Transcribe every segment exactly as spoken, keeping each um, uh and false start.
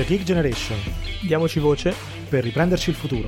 Geek Generation. Diamoci voce per riprenderci il futuro.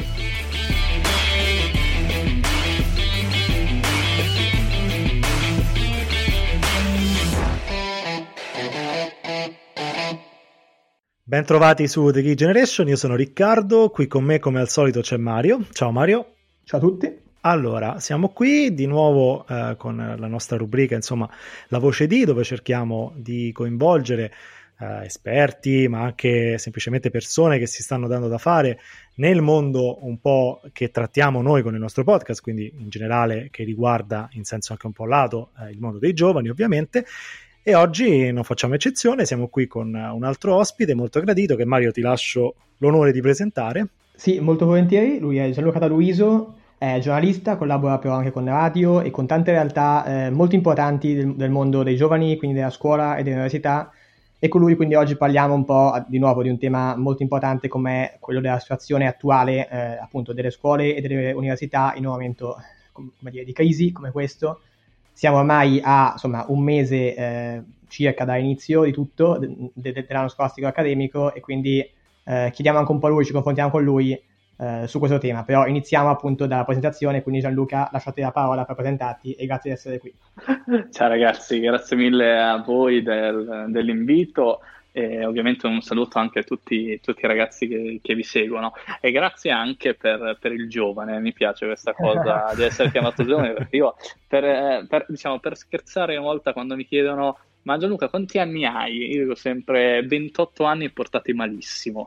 Bentrovati su The Geek Generation, io sono Riccardo, qui con me come al solito c'è Mario. Ciao Mario. Ciao a tutti. Allora, siamo qui di nuovo eh, con la nostra rubrica, insomma, La Voce di, dove cerchiamo di coinvolgere eh, esperti, ma anche semplicemente persone che si stanno dando da fare nel mondo un po' che trattiamo noi con il nostro podcast, quindi in generale che riguarda in senso anche un po' lato eh, il mondo dei giovani, ovviamente. E oggi non facciamo eccezione, siamo qui con un altro ospite molto gradito che Mario ti lascio l'onore di presentare. Sì, molto volentieri, lui è Gianluca D'Aluiso, è giornalista, collabora però anche con la radio e con tante realtà eh, molto importanti del, del mondo dei giovani, quindi della scuola e dell'università, e con lui quindi oggi parliamo un po' di nuovo di un tema molto importante come quello della situazione attuale eh, appunto delle scuole e delle università in un momento come dire, di crisi come questo. Siamo ormai a insomma un mese eh, circa dall'inizio di tutto de- de- dell'anno scolastico accademico e quindi eh, chiediamo anche un po' a lui, ci confrontiamo con lui eh, su questo tema, però iniziamo appunto dalla presentazione, quindi Gianluca lasciate la parola per presentarti e grazie di essere qui. Ciao ragazzi, grazie mille a voi del, dell'invito e ovviamente un saluto anche a tutti, tutti i ragazzi che, che vi seguono e grazie anche per, per il giovane, mi piace questa cosa di essere chiamato giovane perché io per, per, diciamo, per scherzare una volta quando mi chiedono ma Gianluca quanti anni hai? Io dico sempre ventotto anni portati malissimo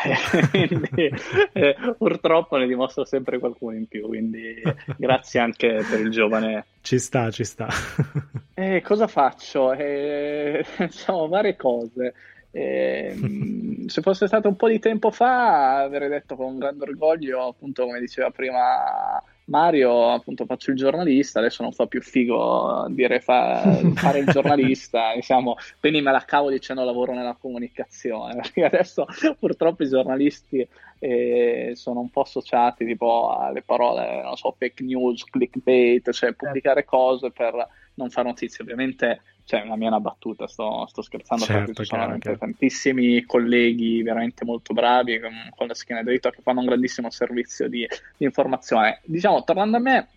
quindi eh, purtroppo ne dimostro sempre qualcuno in più, quindi grazie anche per il giovane. Ci sta, ci sta. Eh, cosa faccio? Eh, diciamo varie cose. Eh, se fosse stato un po' di tempo fa avrei detto con grande orgoglio, appunto come diceva prima Mario, appunto faccio il giornalista, adesso non fa più figo dire fa, fare il giornalista, diciamo, quindi me la cavo dicendo lavoro nella comunicazione, perché adesso purtroppo i giornalisti eh, sono un po' associati tipo alle parole, non so, fake news, clickbait, cioè pubblicare cose per non fare notizie, ovviamente. Cioè, la mia è una battuta, sto, sto scherzando, certo, perché ci sono chiaro, chiaro. tantissimi colleghi veramente molto bravi con, con la schiena dritta che fanno un grandissimo servizio di, di informazione. Diciamo, tornando a me,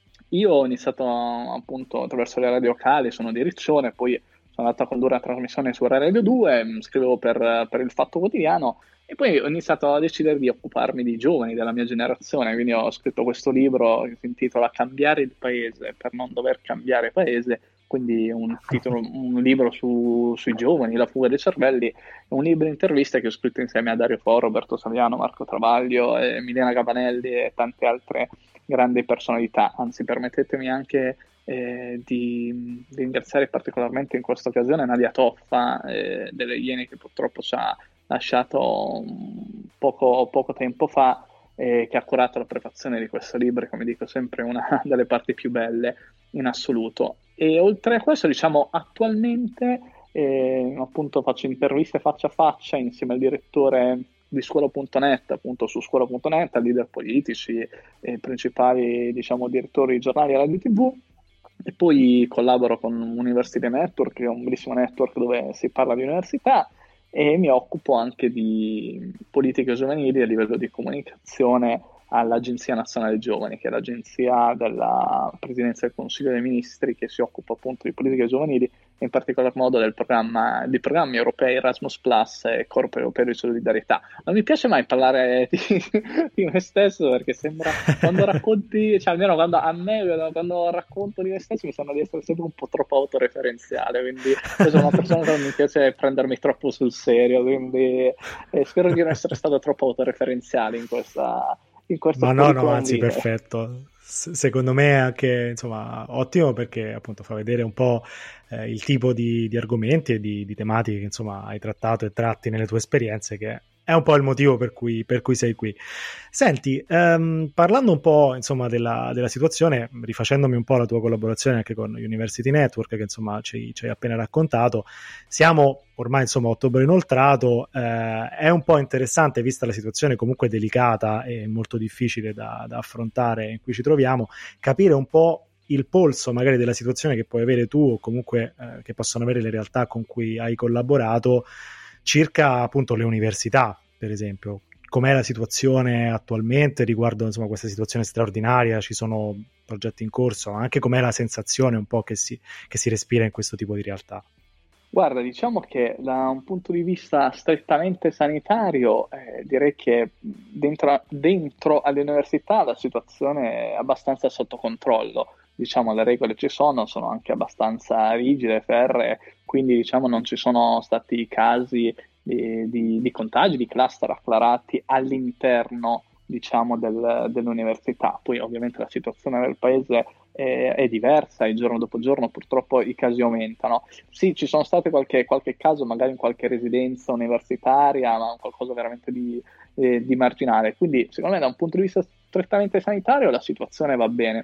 io ho iniziato appunto attraverso le radio locali, sono di Riccione, poi sono andato a condurre una trasmissione su Rai Radio due, scrivevo per, per il Fatto Quotidiano e poi ho iniziato a decidere di occuparmi di giovani della mia generazione, quindi ho scritto questo libro che si intitola Cambiare il Paese per non dover cambiare paese, quindi un titolo, un libro su, sui giovani, la fuga dei cervelli, un libro di interviste che ho scritto insieme a Dario Fo, Roberto Saviano, Marco Travaglio, e Milena Gabanelli e tante altre grandi personalità. Anzi, permettetemi anche eh, di, di ringraziare particolarmente in questa occasione Nadia Toffa eh, delle Iene, che purtroppo ci ha lasciato poco, poco tempo fa, eh, che ha curato la prefazione di questo libro, come dico sempre una delle parti più belle in assoluto. E oltre a questo, diciamo, attualmente eh, appunto faccio interviste faccia a faccia insieme al direttore di scuola punto net, appunto su scuola punto net, a leader politici e principali, diciamo, direttori di giornali e radio tivù, e poi collaboro con University Network, che è un bellissimo network dove si parla di università, e mi occupo anche di politiche giovanili a livello di comunicazione all'Agenzia Nazionale Giovani, che è l'agenzia della Presidenza del Consiglio dei Ministri che si occupa appunto di politiche giovanili e in particolar modo del programma, di programmi europei Erasmus Plus e Corpo Europeo di Solidarietà. Non mi piace mai parlare di, di me stesso perché sembra, quando racconti, cioè almeno quando a me, quando racconto di me stesso mi sembra di essere sempre un po' troppo autoreferenziale, quindi io sono una persona che non mi piace prendermi troppo sul serio, quindi eh, spero di non essere stato troppo autoreferenziale in questa... Ma no, no, anzi, perfetto. S- secondo me è anche, insomma, ottimo perché appunto fa vedere un po' eh, il tipo di, di argomenti e di, di tematiche che insomma hai trattato e tratti nelle tue esperienze, che è un po' il motivo per cui, per cui sei qui. Senti, ehm, parlando un po' insomma della, della situazione, rifacendomi un po' alla tua collaborazione anche con University Network, che insomma ci, ci hai appena raccontato, siamo ormai insomma a ottobre inoltrato, eh, è un po' interessante, vista la situazione comunque delicata e molto difficile da, da affrontare in cui ci troviamo, capire un po' il polso magari della situazione che puoi avere tu o comunque eh, che possono avere le realtà con cui hai collaborato circa appunto le università, per esempio. Com'è la situazione attualmente riguardo insomma questa situazione straordinaria? Ci sono progetti in corso? Anche com'è la sensazione un po' che si, che si respira in questo tipo di realtà? Guarda, diciamo che da un punto di vista strettamente sanitario, eh, direi che dentro, dentro alle università la situazione è abbastanza sotto controllo. Diciamo, le regole ci sono, sono anche abbastanza rigide, ferree, quindi diciamo non ci sono stati casi di, di, di contagi, di cluster acclarati all'interno, diciamo, del, dell'università. Poi ovviamente la situazione del paese è, è diversa e giorno dopo giorno purtroppo i casi aumentano. Sì, ci sono state qualche, qualche caso magari in qualche residenza universitaria, ma qualcosa veramente di, eh, di marginale. Quindi secondo me da un punto di vista strettamente sanitario la situazione va bene.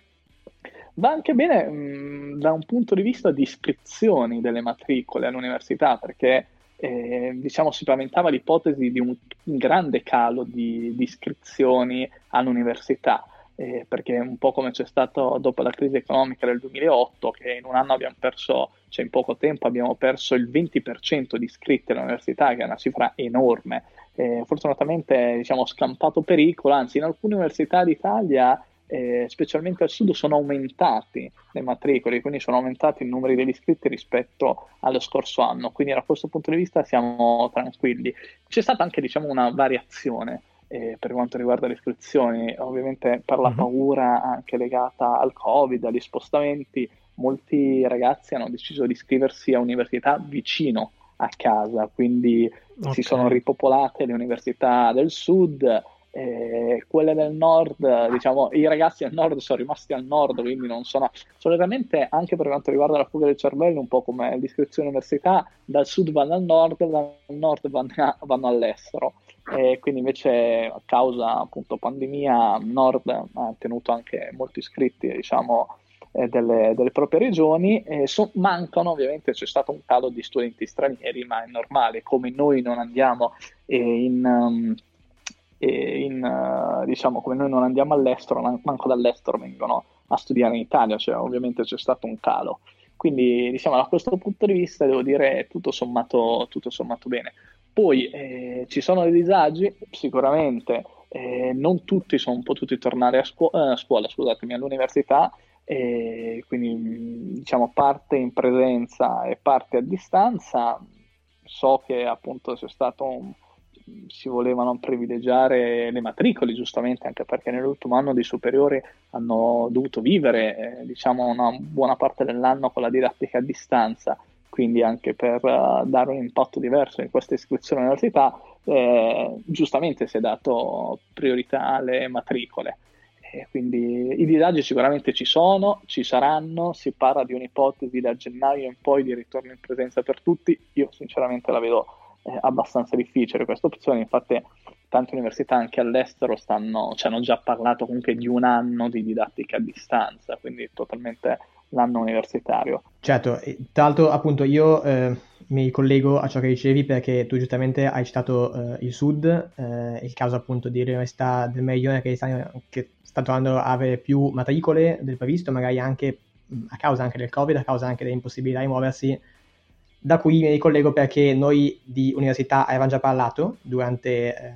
Va anche bene mh, da un punto di vista di iscrizioni delle matricole all'università, perché eh, diciamo si paventava l'ipotesi di un, un grande calo di, di iscrizioni all'università, eh, perché un po' come c'è stato dopo la crisi economica del duemilaotto, che in un anno abbiamo perso, cioè in poco tempo abbiamo perso il venti per cento di iscritti all'università, che è una cifra enorme. Eh, fortunatamente diciamo scampato pericolo, anzi in alcune università d'Italia Eh, specialmente al sud sono aumentati le matricole, quindi sono aumentati i numeri degli iscritti rispetto allo scorso anno, quindi da questo punto di vista siamo tranquilli. C'è stata anche diciamo una variazione eh, per quanto riguarda le iscrizioni, ovviamente per la paura anche legata al Covid, agli spostamenti, molti ragazzi hanno deciso di iscriversi a università vicino a casa, quindi okay. Si sono ripopolate le università del sud. Eh, quelle del nord, diciamo, i ragazzi al nord sono rimasti al nord, quindi non sono solitamente, anche per quanto riguarda la fuga del cervello, un po' come l'iscrizione all'università, dal sud vanno al nord, dal nord vanno, a, vanno all'estero. E quindi invece a causa appunto pandemia nord ha tenuto anche molti iscritti, diciamo, eh, delle, delle proprie regioni. Eh, so, mancano ovviamente, c'è stato un calo di studenti stranieri, ma è normale, come noi non andiamo eh, in um, e in, uh, diciamo come noi non andiamo all'estero, manco dall'estero vengono a studiare in Italia, cioè ovviamente c'è stato un calo, quindi diciamo da questo punto di vista devo dire tutto sommato, tutto sommato bene. Poi eh, ci sono dei disagi sicuramente, eh, non tutti sono potuti tornare a, scu- eh, a scuola, scusatemi, all'università, eh, quindi diciamo parte in presenza e parte a distanza. So che appunto c'è stato un si volevano privilegiare le matricole, giustamente, anche perché nell'ultimo anno di superiori hanno dovuto vivere eh, diciamo una buona parte dell'anno con la didattica a distanza, quindi anche per uh, dare un impatto diverso in questa iscrizione all'università eh, giustamente si è dato priorità alle matricole. E quindi i disagi sicuramente ci sono, ci saranno, si parla di un'ipotesi da gennaio in poi di ritorno in presenza per tutti. Io sinceramente la vedo eh, abbastanza difficile questa opzione, infatti tante università anche all'estero stanno, ci hanno già parlato comunque di un anno di didattica a distanza, quindi totalmente l'anno universitario. Certo, tra l'altro appunto io eh, mi collego a ciò che dicevi, perché tu giustamente hai citato eh, il Sud, eh, il caso appunto di università del Meridione che sta, che sta trovando a avere più matricole del previsto, magari anche a causa anche del Covid, a causa anche dell'impossibilità di muoversi, da cui mi ricollego perché noi di università avevamo già parlato durante eh,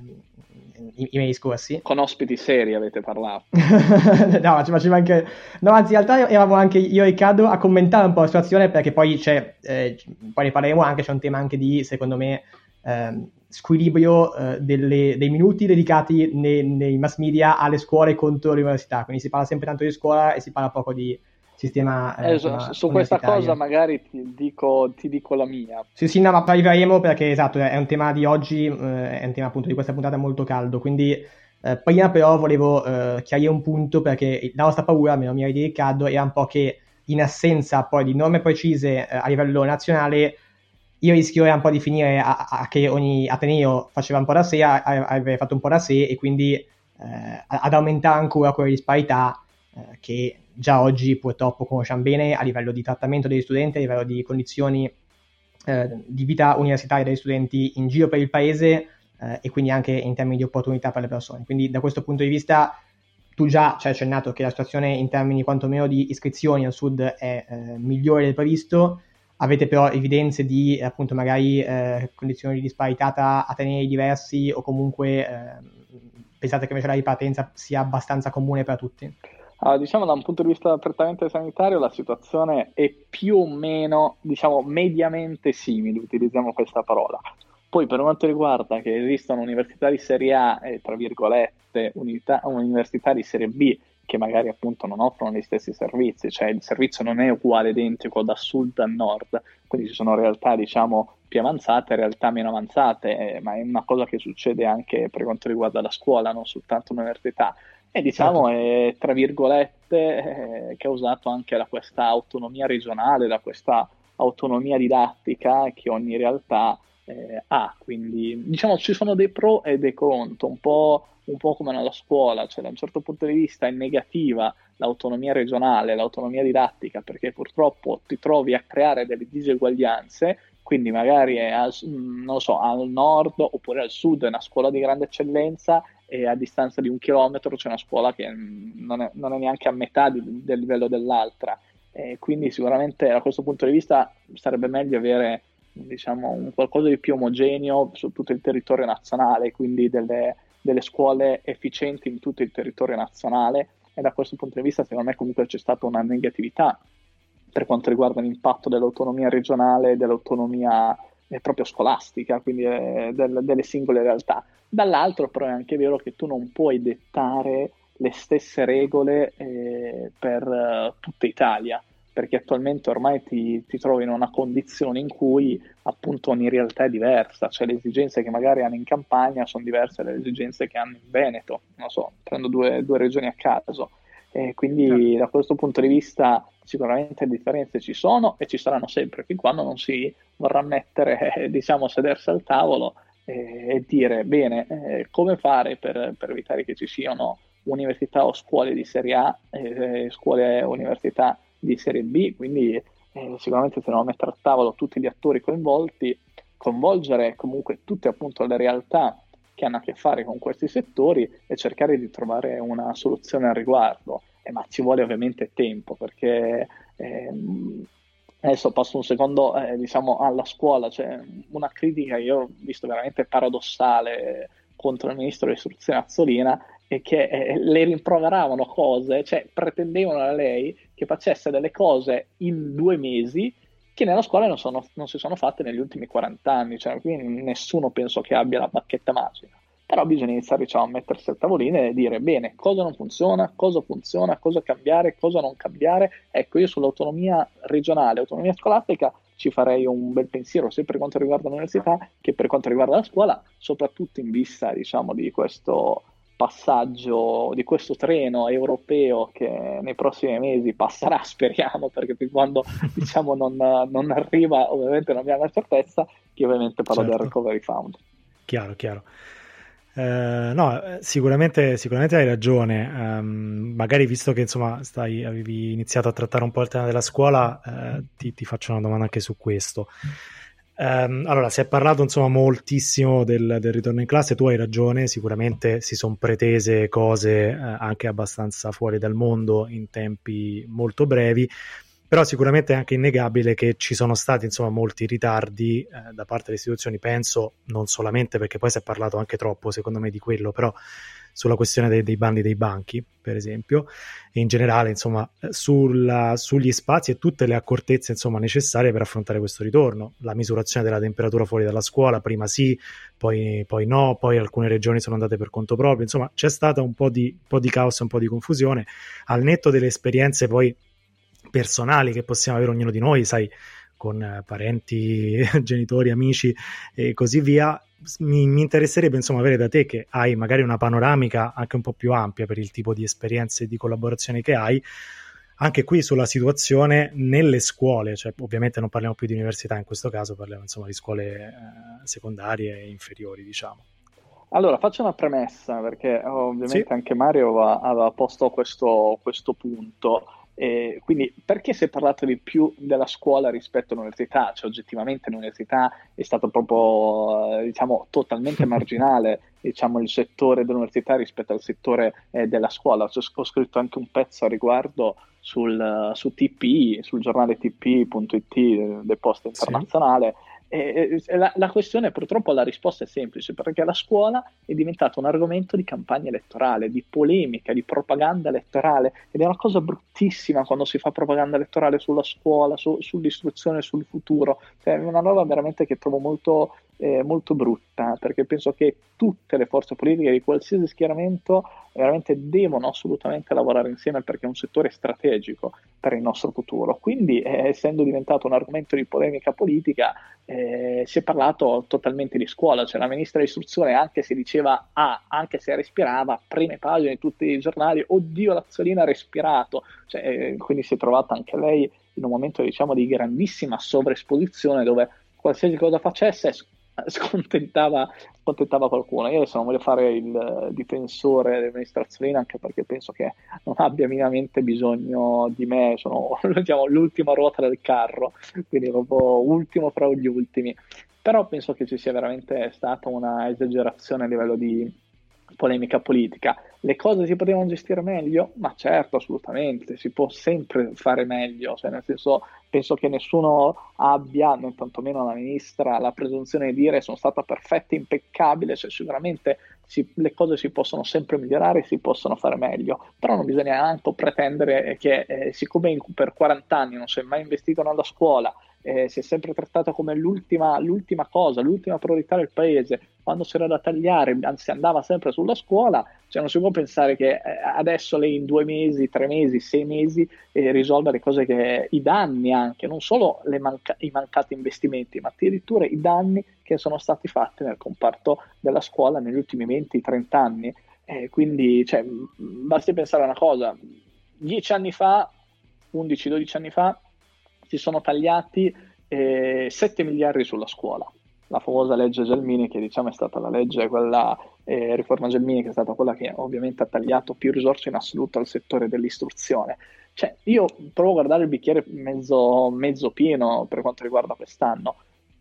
i, i miei discorsi. Con ospiti seri avete parlato. No, ci faceva anche... No, anzi, in realtà eravamo anche io e Riccardo a commentare un po' la situazione, perché poi c'è, eh, poi ne parleremo anche, c'è un tema anche di, secondo me, eh, squilibrio eh, delle, dei minuti dedicati nei, nei mass media alle scuole contro l'università, quindi si parla sempre tanto di scuola e si parla poco di sistema eh, eh, su, su questa cosa magari ti dico, ti dico la mia. Sì, sì, no, ma arriveremo perché esatto, è un tema di oggi, eh, è un tema appunto di questa puntata molto caldo, quindi eh, prima però volevo eh, chiarire un punto, perché la nostra paura, almeno mia di Riccardo, era un po' che in assenza poi di norme precise eh, a livello nazionale io rischierei un po' di finire a, a che ogni ateneo faceva un po' da sé, avrebbe fatto un po' da sé, e quindi eh, ad aumentare ancora quelle disparità eh, che già oggi purtroppo conosciamo bene a livello di trattamento degli studenti, a livello di condizioni eh, di vita universitaria degli studenti in giro per il paese eh, e quindi anche in termini di opportunità per le persone. Quindi da questo punto di vista tu già ci hai accennato che la situazione in termini quantomeno di iscrizioni al sud è eh, migliore del previsto. avete però evidenze di appunto magari eh, condizioni di disparità tra atenei diversi, o comunque eh, pensate che invece la ripartenza sia abbastanza comune per tutti? Allora, diciamo da un punto di vista prettamente sanitario la situazione è più o meno, diciamo, mediamente simile, utilizziamo questa parola. Poi per quanto riguarda che esistono università di serie A e tra virgolette unità, università di serie B che magari appunto non offrono gli stessi servizi, cioè il servizio non è uguale, identico da sud a nord, quindi ci sono realtà diciamo più avanzate e realtà meno avanzate, eh, ma è una cosa che succede anche per quanto riguarda la scuola, non soltanto l'università. E diciamo Certo. è tra virgolette eh, che è usato anche da questa autonomia regionale, da questa autonomia didattica che ogni realtà eh, ha, quindi diciamo ci sono dei pro e dei contro, un po', un po' come nella scuola, cioè da un certo punto di vista è negativa l'autonomia regionale, l'autonomia didattica, perché purtroppo ti trovi a creare delle diseguaglianze, quindi magari è al, non so, al nord oppure al sud è una scuola di grande eccellenza e a distanza di un chilometro c'è una scuola che non è, non è neanche a metà di, del livello dell'altra. E quindi sicuramente da questo punto di vista sarebbe meglio avere diciamo un qualcosa di più omogeneo su tutto il territorio nazionale, quindi delle, delle scuole efficienti in tutto il territorio nazionale, e da questo punto di vista secondo me comunque c'è stata una negatività per quanto riguarda l'impatto dell'autonomia regionale, dell'autonomia eh, proprio scolastica, quindi eh, del, delle singole realtà. Dall'altro però è anche vero che tu non puoi dettare le stesse regole eh, per uh, tutta Italia, perché attualmente ormai ti, ti trovi in una condizione in cui appunto ogni realtà è diversa, cioè le esigenze che magari hanno in Campania sono diverse dalle esigenze che hanno in Veneto, non so, prendo due, due regioni a caso. E quindi Certo. da questo punto di vista sicuramente le differenze ci sono e ci saranno sempre fin quando non si vorrà mettere, eh, diciamo, sedersi al tavolo eh, e dire bene, eh, come fare per, per evitare che ci siano università o scuole di serie A e eh, scuole e università di serie B, quindi eh, sicuramente dobbiamo mettere a tavolo tutti gli attori coinvolti, coinvolgere comunque tutte appunto le realtà che hanno a che fare con questi settori e cercare di trovare una soluzione al riguardo. Eh, ma ci vuole ovviamente tempo, perché ehm, adesso passo un secondo eh, diciamo alla scuola, cioè una critica che io ho visto veramente paradossale contro il ministro dell'istruzione Azzolina è che eh, le rimproveravano cose, cioè pretendevano da lei che facesse delle cose in due mesi che nella scuola non, sono, non si sono fatte negli ultimi quaranta anni, cioè, quindi nessuno penso che abbia la bacchetta magica. Però bisogna iniziare diciamo, a mettersi al tavolino e dire bene, cosa non funziona, cosa funziona, cosa cambiare, cosa non cambiare. Ecco, io sull'autonomia regionale, autonomia scolastica ci farei un bel pensiero sia per quanto riguarda l'università che per quanto riguarda la scuola, soprattutto in vista diciamo, di questo passaggio, di questo treno europeo che nei prossimi mesi passerà, speriamo, perché fin quando diciamo, non, non arriva ovviamente non abbiamo la certezza, che ovviamente parlo Certo. del Recovery Fund. Chiaro, chiaro. Eh, no, sicuramente, sicuramente hai ragione. Um, magari visto che insomma stai, avevi iniziato a trattare un po' il tema della scuola, eh, ti, ti faccio una domanda anche su questo. Um, allora, si è parlato insomma moltissimo del, del ritorno in classe, tu hai ragione, sicuramente si sono pretese cose eh, anche abbastanza fuori dal mondo in tempi molto brevi. Però sicuramente è anche innegabile che ci sono stati insomma molti ritardi eh, da parte delle istituzioni, penso non solamente perché poi si è parlato anche troppo secondo me di quello, però sulla questione dei, dei bandi dei banchi per esempio, e in generale insomma sulla, sugli spazi e tutte le accortezze insomma necessarie per affrontare questo ritorno, la misurazione della temperatura fuori dalla scuola, prima sì, poi, poi no, poi alcune regioni sono andate per conto proprio, insomma c'è stata un po' di, un po' di caos, un po' di confusione, al netto delle esperienze poi personali che possiamo avere ognuno di noi, sai, con eh, parenti, genitori, amici e così via. Mi, mi interesserebbe insomma avere da te, che hai magari una panoramica anche un po' più ampia per il tipo di esperienze e di collaborazioni che hai, anche qui sulla situazione nelle scuole, cioè ovviamente non parliamo più di università in questo caso, parliamo insomma di scuole eh, secondarie e inferiori, diciamo. Allora, faccio una premessa, perché ovviamente Sì. anche Mario aveva, aveva posto questo, questo punto. E quindi perché si è parlato di più della scuola rispetto all'università? Cioè oggettivamente l'università è stato proprio, eh, diciamo, totalmente marginale, diciamo, il settore dell'università rispetto al settore eh, della scuola. Cioè, ho scritto anche un pezzo a riguardo sul, su T P I, sul giornale T P I punto it del Post Internazionale. Sì. E, e la, la questione, purtroppo, la risposta è semplice, perché la scuola è diventata un argomento di campagna elettorale, di polemica, di propaganda elettorale, ed è una cosa bruttissima quando si fa propaganda elettorale sulla scuola, su, sull'istruzione, sul futuro. Cioè, è una roba veramente che trovo molto, eh, molto brutta, perché penso che tutte le forze politiche di qualsiasi schieramento veramente devono assolutamente lavorare insieme, perché è un settore strategico per il nostro futuro. Quindi, eh, essendo diventato un argomento di polemica politica, eh, si è parlato totalmente di scuola. Cioè la ministra dell'istruzione, anche se diceva ah, anche se respirava, prime pagine di tutti i giornali, oddio Lazzolina ha respirato, cioè, eh, quindi si è trovata anche lei in un momento, diciamo, di grandissima sovraesposizione, dove qualsiasi cosa facesse scontentava, scontentava qualcuno. Io adesso non voglio fare il difensore del ministro Azzolina, anche perché penso che non abbia minimamente bisogno di me, sono, diciamo, l'ultima ruota del carro, quindi proprio ultimo fra gli ultimi. Però penso che ci sia veramente stata una esagerazione a livello di polemica politica. Le cose si potevano gestire meglio? Ma certo, assolutamente, si può sempre fare meglio, cioè nel senso, penso che nessuno abbia, né tantomeno la ministra, la presunzione di dire sono stata perfetta, impeccabile, cioè sicuramente si, le cose si possono sempre migliorare, si possono fare meglio, però non bisogna neanche pretendere che eh, siccome per quaranta anni non si è mai investito nella scuola, eh, si è sempre trattata come l'ultima, l'ultima cosa, l'ultima priorità del paese, quando c'era da tagliare si andava sempre sulla scuola, cioè non si può pensare che eh, adesso lei in due mesi, tre mesi, sei mesi eh, risolva le cose, che i danni anche, non solo le manca- i mancati investimenti, ma addirittura i danni che sono stati fatti nel comparto della scuola negli ultimi venti trenta anni. Eh, quindi cioè, basti pensare a una cosa: dieci anni fa, undici dodici anni fa, si sono tagliati eh, sette miliardi sulla scuola. La famosa legge Gelmini, che diciamo è stata la legge, quella eh, riforma Gelmini, che è stata quella che ovviamente ha tagliato più risorse in assoluto al settore dell'istruzione. Cioè, io provo a guardare il bicchiere mezzo, mezzo pieno per quanto riguarda quest'anno.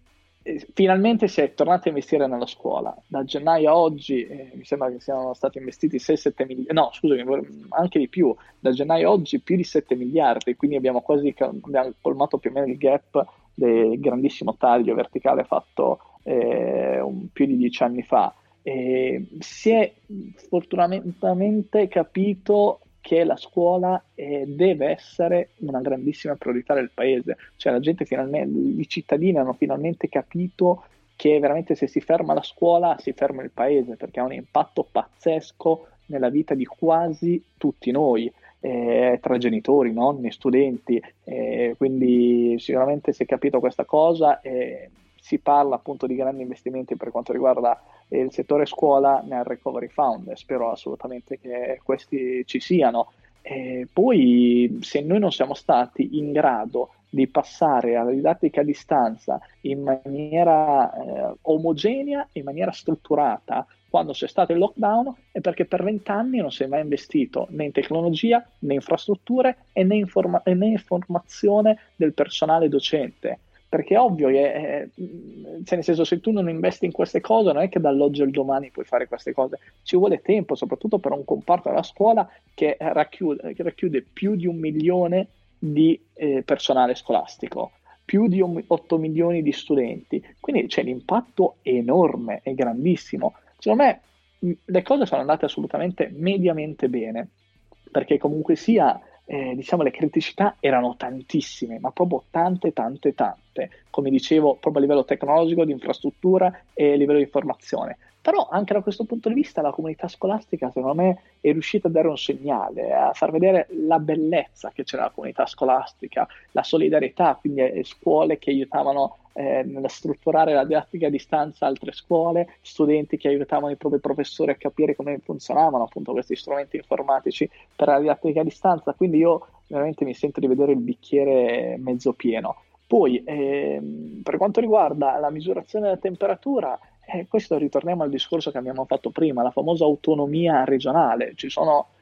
Eh, finalmente si è tornato a investire nella scuola. Da gennaio a oggi eh, mi sembra che siano stati investiti sei sette miliardi, no scusami, anche di più, da gennaio a oggi più di sette miliardi, quindi abbiamo quasi abbiamo colmato più o meno il gap del grandissimo taglio verticale fatto eh, un, più di dieci anni fa. Eh, si è fortunatamente capito che la scuola eh, deve essere una grandissima priorità del paese, cioè la gente finalmente, i cittadini hanno finalmente capito che veramente se si ferma la scuola si ferma il paese, perché ha un impatto pazzesco nella vita di quasi tutti noi, eh, tra genitori, nonni, studenti, eh, quindi sicuramente si è capito questa cosa e si parla appunto di grandi investimenti per quanto riguarda il settore scuola nel Recovery Fund. Spero assolutamente che questi ci siano. E poi, se noi non siamo stati in grado di passare alla didattica a distanza in maniera eh, omogenea, in maniera strutturata, quando c'è stato il lockdown, è perché per vent'anni non si è mai investito né in tecnologia, né in infrastrutture e né in, forma- né in formazione del personale docente. Perché è ovvio che, eh, cioè nel senso, se tu non investi in queste cose, non è che dall'oggi al domani puoi fare queste cose. Ci vuole tempo, soprattutto per un comparto della scuola che racchiude, che racchiude più di un milione di eh, personale scolastico, più di un, otto milioni di studenti. Quindi c'è l'impatto enorme, è grandissimo. Secondo me mh, le cose sono andate assolutamente mediamente bene, perché comunque sia... Eh, diciamo le criticità erano tantissime, ma proprio tante, tante, tante, come dicevo, proprio a livello tecnologico, di infrastruttura e a livello di informazione. Però anche da questo punto di vista la comunità scolastica, secondo me, è riuscita a dare un segnale, a far vedere la bellezza che c'è nella comunità scolastica, la solidarietà, quindi eh, scuole che aiutavano eh, nella strutturare la didattica a distanza, altre scuole, studenti che aiutavano i propri professori a capire come funzionavano appunto questi strumenti informatici per la didattica a distanza. Quindi io veramente mi sento di vedere il bicchiere mezzo pieno. Poi, ehm, per quanto riguarda la misurazione della temperatura, eh, questo ritorniamo al discorso che abbiamo fatto prima, la famosa autonomia regionale. Ci sono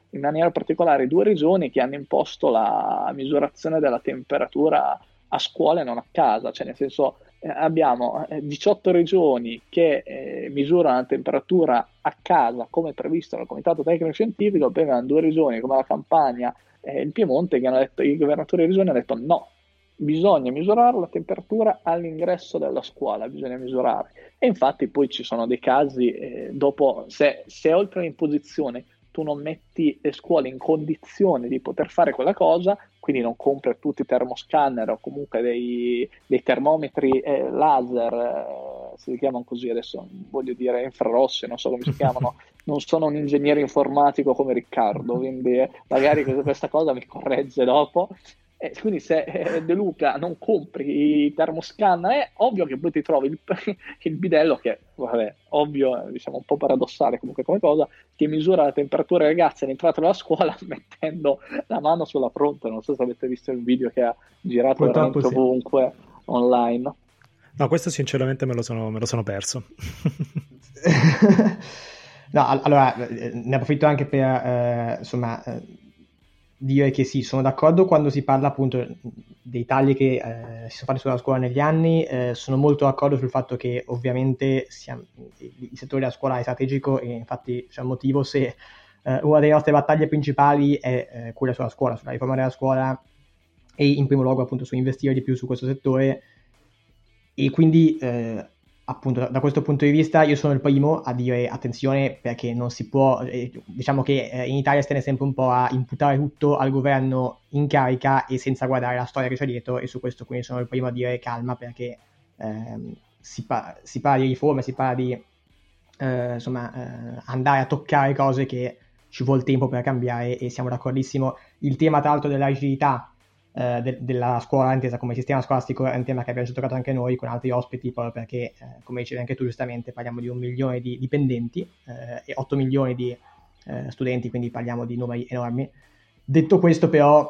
in maniera particolare due regioni che hanno imposto la misurazione della temperatura a scuola e non a casa, cioè nel senso eh, abbiamo diciotto regioni che eh, misurano la temperatura a casa come previsto dal Comitato Tecnico Scientifico, poi abbiamo due regioni come la Campania e il Piemonte che hanno detto, i governatori di regione hanno detto no, bisogna misurare la temperatura all'ingresso della scuola, bisogna misurare. E infatti poi ci sono dei casi, eh, dopo, se, se oltre all'imposizione tu non metti le scuole in condizione di poter fare quella cosa, quindi non compri tutti i termoscanner o comunque dei, dei termometri eh, laser, eh, si chiamano così adesso, voglio dire infrarossi, non so come si chiamano, non sono un ingegnere informatico come Riccardo, quindi magari questa cosa mi corregge dopo. Eh, quindi se eh, De Luca non compri i termoscanner è ovvio che poi ti trovi il, il bidello che, vabbè, ovvio, diciamo un po' paradossale comunque come cosa, che misura la temperatura dei ragazzi all'entrata della scuola mettendo la mano sulla fronte. Non so se avete visto il video che ha girato Purtroppo veramente sì. ovunque online. No, questo sinceramente me lo sono, me lo sono perso. No, allora, ne approfitto anche per, eh, insomma... Eh, dire che sì, sono d'accordo quando si parla appunto dei tagli che eh, si sono fatti sulla scuola negli anni, eh, sono molto d'accordo sul fatto che ovviamente siamo, il settore della scuola è strategico e infatti c'è un motivo se eh, una delle nostre battaglie principali è eh, quella sulla scuola, sulla riforma della scuola e in primo luogo appunto su investire di più su questo settore e quindi eh, appunto da questo punto di vista io sono il primo a dire attenzione perché non si può, eh, diciamo che eh, in Italia si tende sempre un po' a imputare tutto al governo in carica e senza guardare la storia che c'è dietro e su questo quindi sono il primo a dire calma perché ehm, si, pa- si parla di riforme, si parla di eh, insomma eh, andare a toccare cose che ci vuole tempo per cambiare e siamo d'accordissimo. Il tema tra l'altro della rigidità Uh, de- della scuola intesa come sistema scolastico è un tema che abbiamo già toccato anche noi con altri ospiti proprio perché eh, come dicevi anche tu giustamente parliamo di un milione di dipendenti eh, e otto milioni di eh, studenti, quindi parliamo di numeri enormi. Detto questo però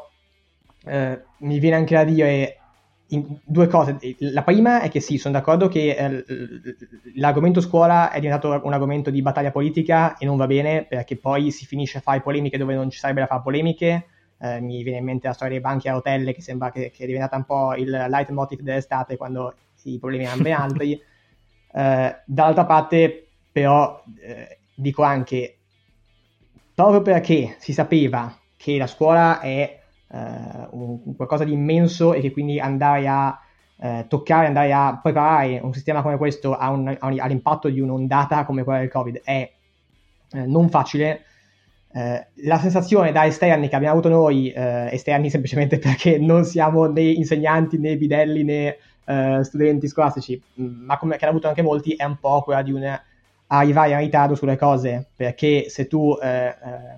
eh, mi viene anche da dire in due cose. La prima è che sì, sono d'accordo che eh, l'argomento scuola è diventato un argomento di battaglia politica e non va bene perché poi si finisce a fare polemiche dove non ci sarebbe da fare polemiche. Uh, mi viene in mente la storia dei banchi a rotelle che sembra che, che è diventata un po' il leitmotiv dell'estate quando i problemi erano ben altri. Uh, dall'altra parte però uh, dico anche proprio perché si sapeva che la scuola è uh, un, qualcosa di immenso e che quindi andare a uh, toccare, andare a preparare un sistema come questo a un, a un, all'impatto di un'ondata come quella del Covid è uh, non facile. Eh, la sensazione da esterni che abbiamo avuto noi, eh, esterni semplicemente perché non siamo né insegnanti né bidelli né eh, studenti scolastici, ma come che hanno avuto anche molti, è un po' quella di un arrivare in ritardo sulle cose, perché se tu eh, eh,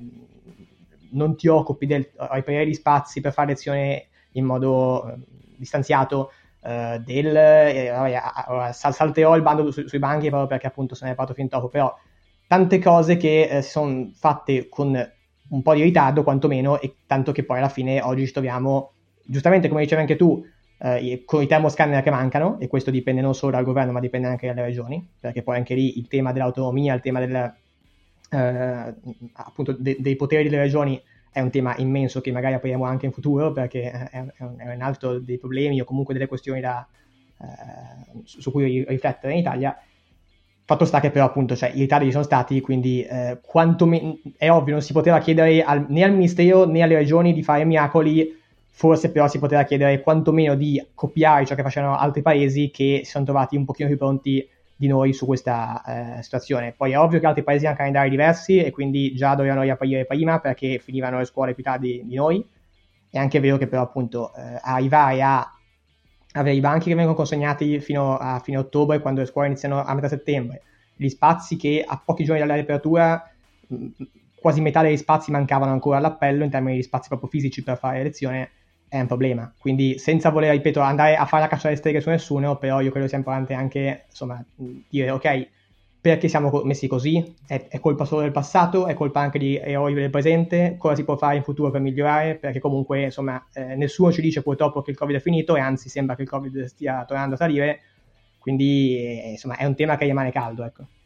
non ti occupi del riprendere gli spazi per fare lezione in modo eh, distanziato eh, del eh, vabbè, salterò il bando su, sui banchi proprio perché appunto se ne è parlato fin troppo, però tante cose che eh, si sono fatte con un po' di ritardo quantomeno e tanto che poi alla fine oggi ci troviamo giustamente come dicevi anche tu eh, con i termoscanner che mancano e questo dipende non solo dal governo ma dipende anche dalle regioni perché poi anche lì il tema dell'autonomia, il tema del, eh, appunto de- dei poteri delle regioni è un tema immenso che magari apriremo anche in futuro perché è un, è un altro dei problemi o comunque delle questioni da, eh, su cui riflettere in Italia. Fatto sta che però appunto cioè, i ritardi ci sono stati, quindi eh, quanto me- è ovvio non si poteva chiedere al, né al Ministero né alle regioni di fare miracoli, forse però si poteva chiedere quantomeno di copiare ciò che facevano altri paesi che si sono trovati un pochino più pronti di noi su questa eh, situazione. Poi è ovvio che altri paesi hanno calendari diversi e quindi già dovevano riaprire prima perché finivano le scuole più tardi di noi. È anche vero che però appunto eh, arrivare a avere i banchi che vengono consegnati fino a fine ottobre quando le scuole iniziano a metà settembre, gli spazi che a pochi giorni dalla riapertura mh, quasi metà degli spazi mancavano ancora all'appello in termini di spazi proprio fisici per fare lezione è un problema, quindi senza voler, ripeto, andare a fare la caccia alle streghe su nessuno, però io credo sia importante anche insomma dire ok, perché siamo messi così? È, è colpa solo del passato? È colpa anche di errori del presente? Cosa si può fare in futuro per migliorare? Perché comunque, insomma, eh, nessuno ci dice purtroppo che il Covid è finito e anzi sembra che il Covid stia tornando a salire, quindi eh, insomma è un tema che rimane caldo, ecco.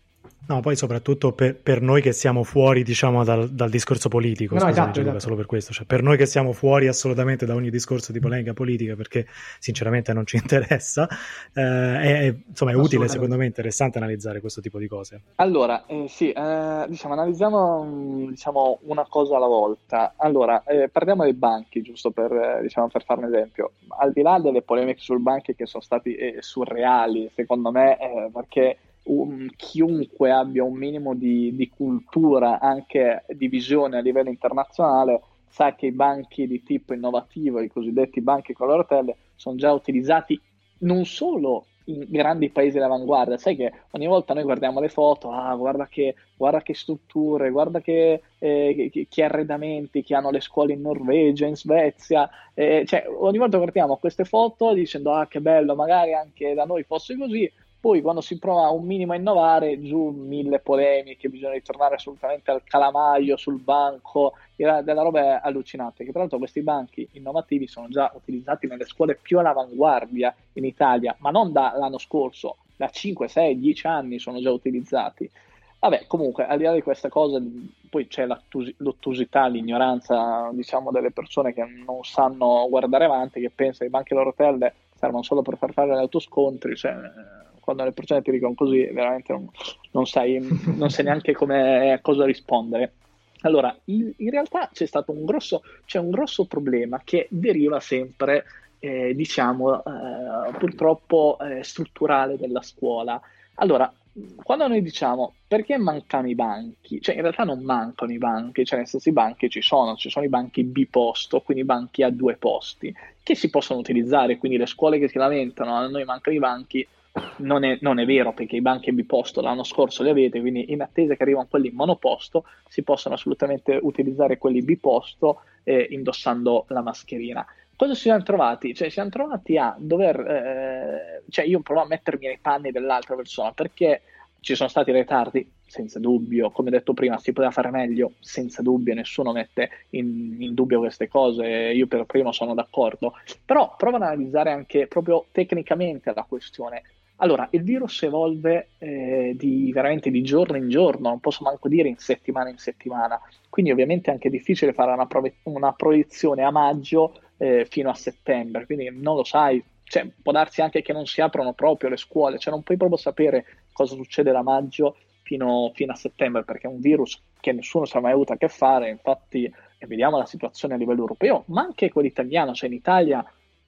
No, poi soprattutto per, per noi che siamo fuori, diciamo, dal, dal discorso politico, no, scusami, esatto, Gianluca, esatto. solo per questo, cioè per noi che siamo fuori assolutamente da ogni discorso di polemica politica, perché sinceramente non ci interessa, eh, è, insomma, è utile, secondo me, interessante analizzare questo tipo di cose. Allora, eh, sì, eh, diciamo, analizziamo mh, diciamo, una cosa alla volta. Allora, eh, parliamo dei banchi, giusto per, eh, diciamo, per fare un esempio. Al di là delle polemiche sul banchi che sono stati eh, surreali, secondo me, eh, perché um, chiunque abbia un minimo di, di cultura, anche di visione a livello internazionale, sa che i banchi di tipo innovativo, i cosiddetti banchi con le rotelle, sono già utilizzati non solo in grandi paesi d'avanguardia. Sai che ogni volta noi guardiamo le foto, ah, guarda che, guarda che strutture, guarda che, eh, che, che arredamenti che hanno le scuole in Norvegia, in Svezia, eh, cioè ogni volta guardiamo queste foto dicendo ah che bello, magari anche da noi fosse così. Poi quando si prova un minimo a innovare, giù mille polemiche, bisogna ritornare assolutamente al calamaio, sul banco, della roba allucinante, che tra l'altro questi banchi innovativi sono già utilizzati nelle scuole più all'avanguardia in Italia, ma non dall'anno scorso, da cinque, sei, dieci anni sono già utilizzati. Vabbè, comunque, al di là di questa cosa, poi c'è l'ottusità, l'ignoranza, diciamo, delle persone che non sanno guardare avanti, che pensano che i banchi e le rotelle servono solo per far fare gli autoscontri, cioè, quando le persone ti dicono così, veramente non, non sai, non sai neanche come, cosa rispondere. Allora, in, in realtà c'è stato un grosso, c'è un grosso problema che deriva sempre, eh, diciamo, eh, purtroppo eh, strutturale della scuola. Allora, quando noi diciamo perché mancano i banchi, cioè in realtà non mancano i banchi, cioè nel senso i banchi ci sono, ci sono i banchi biposto, quindi i banchi a due posti, che si possono utilizzare, quindi le scuole che si lamentano, a noi mancano i banchi, non è, non è vero, perché i banchi biposto l'anno scorso li avete, quindi in attesa che arrivano quelli monoposto si possono assolutamente utilizzare quelli biposto eh, indossando la mascherina. Cosa si siamo trovati? Cioè, si siamo trovati a dover, eh, cioè io provo a mettermi nei panni dell'altra persona, perché ci sono stati ritardi, senza dubbio, come detto prima, si poteva fare meglio, senza dubbio, nessuno mette in, in dubbio queste cose, io per primo sono d'accordo, però prova ad analizzare anche proprio tecnicamente la questione. Allora, il virus evolve eh, di, veramente di giorno in giorno, non posso manco dire in settimana in settimana, quindi ovviamente è anche difficile fare una, prove- una proiezione a maggio eh, fino a settembre, quindi non lo sai, cioè, può darsi anche che non si aprono proprio le scuole, cioè non puoi proprio sapere cosa succede da maggio fino, fino a settembre, perché è un virus che nessuno si è mai avuto a che fare, infatti e vediamo la situazione a livello europeo, ma anche quello italiano, cioè in Italia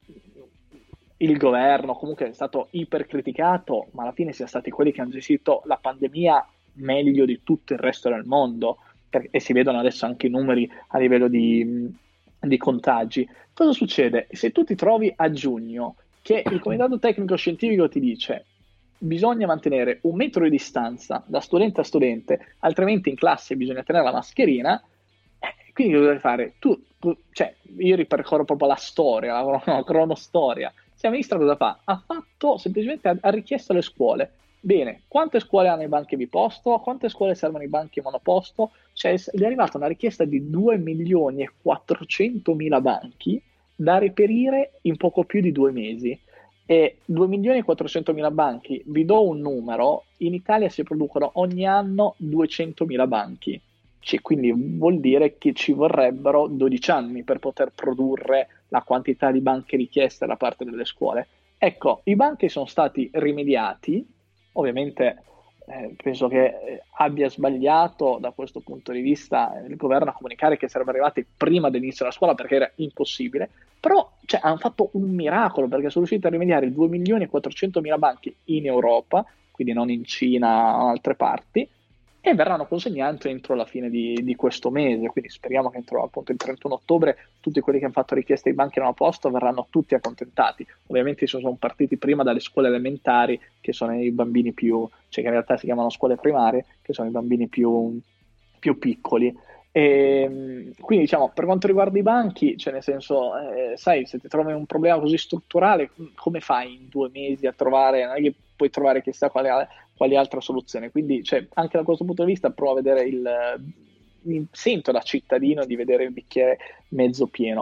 il governo comunque è stato ipercriticato, ma alla fine siamo stati quelli che hanno gestito la pandemia meglio di tutto il resto del mondo, e si vedono adesso anche i numeri a livello di, di contagi. Cosa succede? Se tu ti trovi a giugno che il comitato tecnico scientifico ti dice bisogna mantenere un metro di distanza da studente a studente, altrimenti in classe bisogna tenere la mascherina, eh, quindi cosa devi fare? Tu, tu, cioè, io ripercorro proprio la storia, la, la cronostoria. La ministra cosa fa? Ha fatto semplicemente, ha, ha richiesto alle scuole, bene, quante scuole hanno i banchi biposto? A quante scuole servono i banchi monoposto? Cioè, gli è arrivata una richiesta di due milioni e quattrocentomila banchi da reperire in poco più di due mesi. E due milioni e quattrocentomila banchi, vi do un numero, in Italia si producono ogni anno duecentomila banchi. Cioè, quindi vuol dire che ci vorrebbero dodici anni per poter produrre la quantità di banche richieste da parte delle scuole. Ecco, i banchi sono stati rimediati, ovviamente eh, penso che eh, abbia sbagliato da questo punto di vista il governo a comunicare che sarebbero arrivati prima dell'inizio della scuola perché era impossibile, però cioè, hanno fatto un miracolo perché sono riusciti a rimediare due milioni e quattrocentomila banchi in Europa, quindi non in Cina o altre parti, e verranno consegnati entro la fine di, di questo mese, quindi speriamo che entro appunto il trentuno ottobre tutti quelli che hanno fatto richieste di banchi non a posto verranno tutti accontentati. Ovviamente sono partiti prima dalle scuole elementari, che sono i bambini più, cioè che in realtà si chiamano scuole primarie, che sono i bambini più, più piccoli. E, quindi diciamo, per quanto riguarda i banchi, cioè nel senso, eh, sai, se ti trovi un problema così strutturale, come fai in due mesi a trovare, non è che puoi trovare chissà quale, quali altra soluzione, quindi cioè, anche da questo punto di vista provo a vedere il, mi sento da cittadino di vedere il bicchiere mezzo pieno.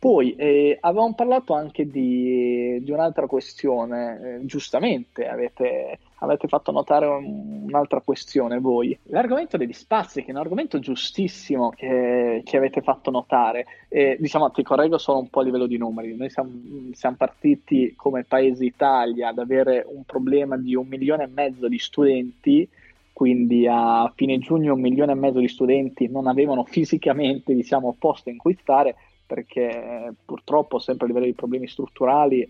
Poi eh, avevamo parlato anche di, di un'altra questione, eh, giustamente avete, avete fatto notare un, un'altra questione voi, l'argomento degli spazi, che è un argomento giustissimo che, che avete fatto notare. Eh, diciamo, ti correggo solo un po' a livello di numeri, noi siamo, siamo partiti come paese Italia ad avere un problema di un milione e mezzo di studenti, quindi a fine giugno un milione e mezzo di studenti non avevano fisicamente, diciamo, posto in cui stare, perché eh, purtroppo sempre a livello di problemi strutturali,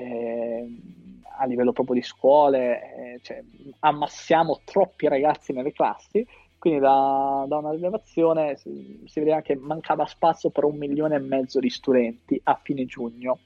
eh, a livello proprio di scuole, eh, cioè, ammassiamo troppi ragazzi nelle classi, quindi da, da una rilevazione si, si vedeva che mancava spazio per un milione e mezzo di studenti a fine giugno.